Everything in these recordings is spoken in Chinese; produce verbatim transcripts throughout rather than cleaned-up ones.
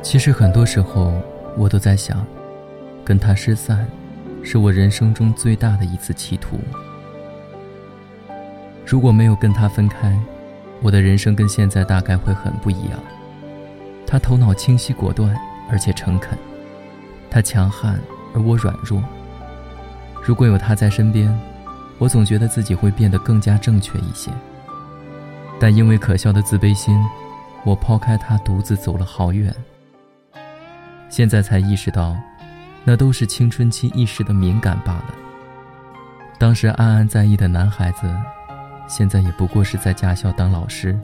其实很多时候我都在想，跟他失散是我人生中最大的一次企图。如果没有跟他分开，我的人生跟现在大概会很不一样。他头脑清晰果断而且诚恳，他强悍而我软弱。如果有他在身边，我总觉得自己会变得更加正确一些。但因为可笑的自卑心，我抛开他独自走了好远。现在才意识到，那都是青春期一时的敏感罢了。当时暗暗在意的男孩子，现在也不过是在驾校当老师。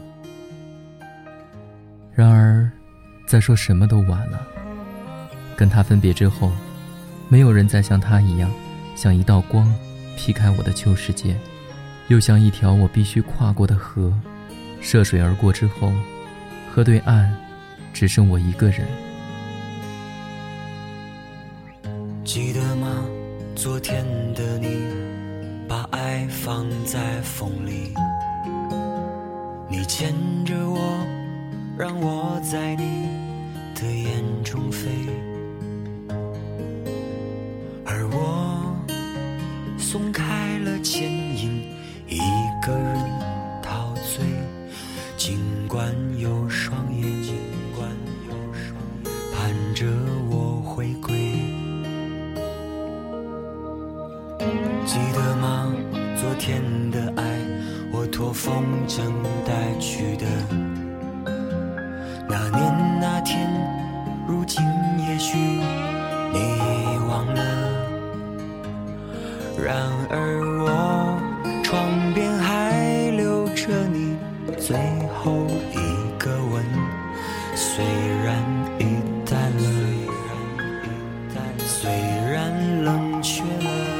然而再说什么都晚了。跟他分别之后，没有人再像他一样，像一道光劈开我的旧世界，又像一条我必须跨过的河，涉水而过之后，河对岸只剩我一个人。 记得吗？昨天的你，把爱放在风里，你牵着我，让我在你的眼中飞，而我松开了牵引，一个人陶醉，尽管有双眼，尽管有双眼盼着我回归。记得吗？昨天的爱，我托风筝带去的。那年那天，如今也许你遗忘了。然而我床边还留着你最后一个吻，虽然已淡了，虽然冷却了。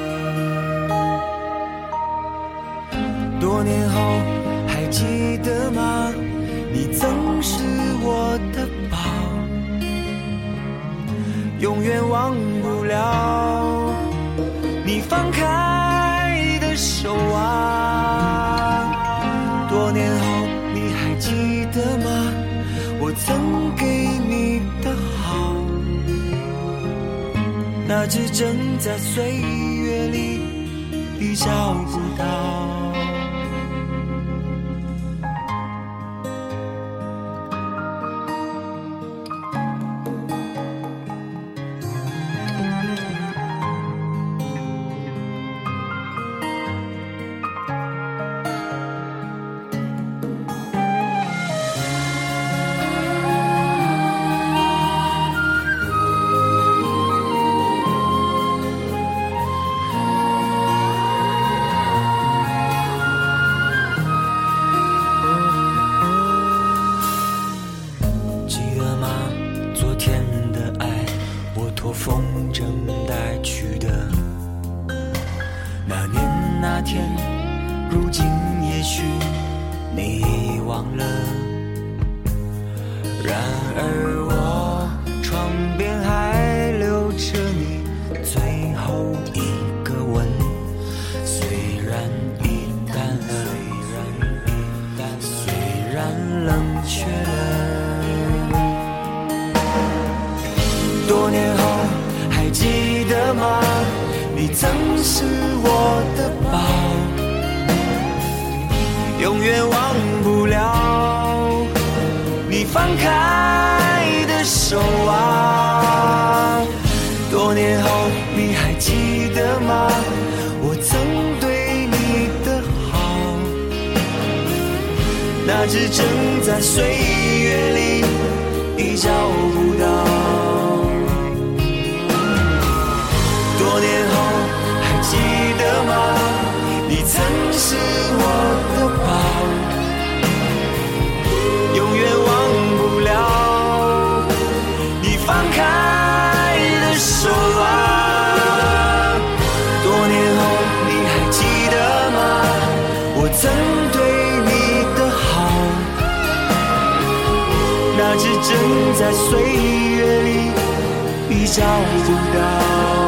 多年后还记得吗？你曾是我的宝，永远忘不了你放开的手啊。多年后你还记得吗？我曾给你的好，那只正在岁月里已找不到。风筝带去的那年那天，如今也许你遗忘了。然而我床边还留着你最后一个吻，虽然已淡了，虽然冷却了。多年后还记得吗？你曾是我的宝，永远忘不了你放开的手啊。多年后你还记得吗？我曾对你的好，那只正在岁月里已找不到。多年后还记得吗？你曾是我的宝，永远忘不了你放开的手啊。多年后你还记得吗？我曾对你的好，那只正在岁月里已找不到。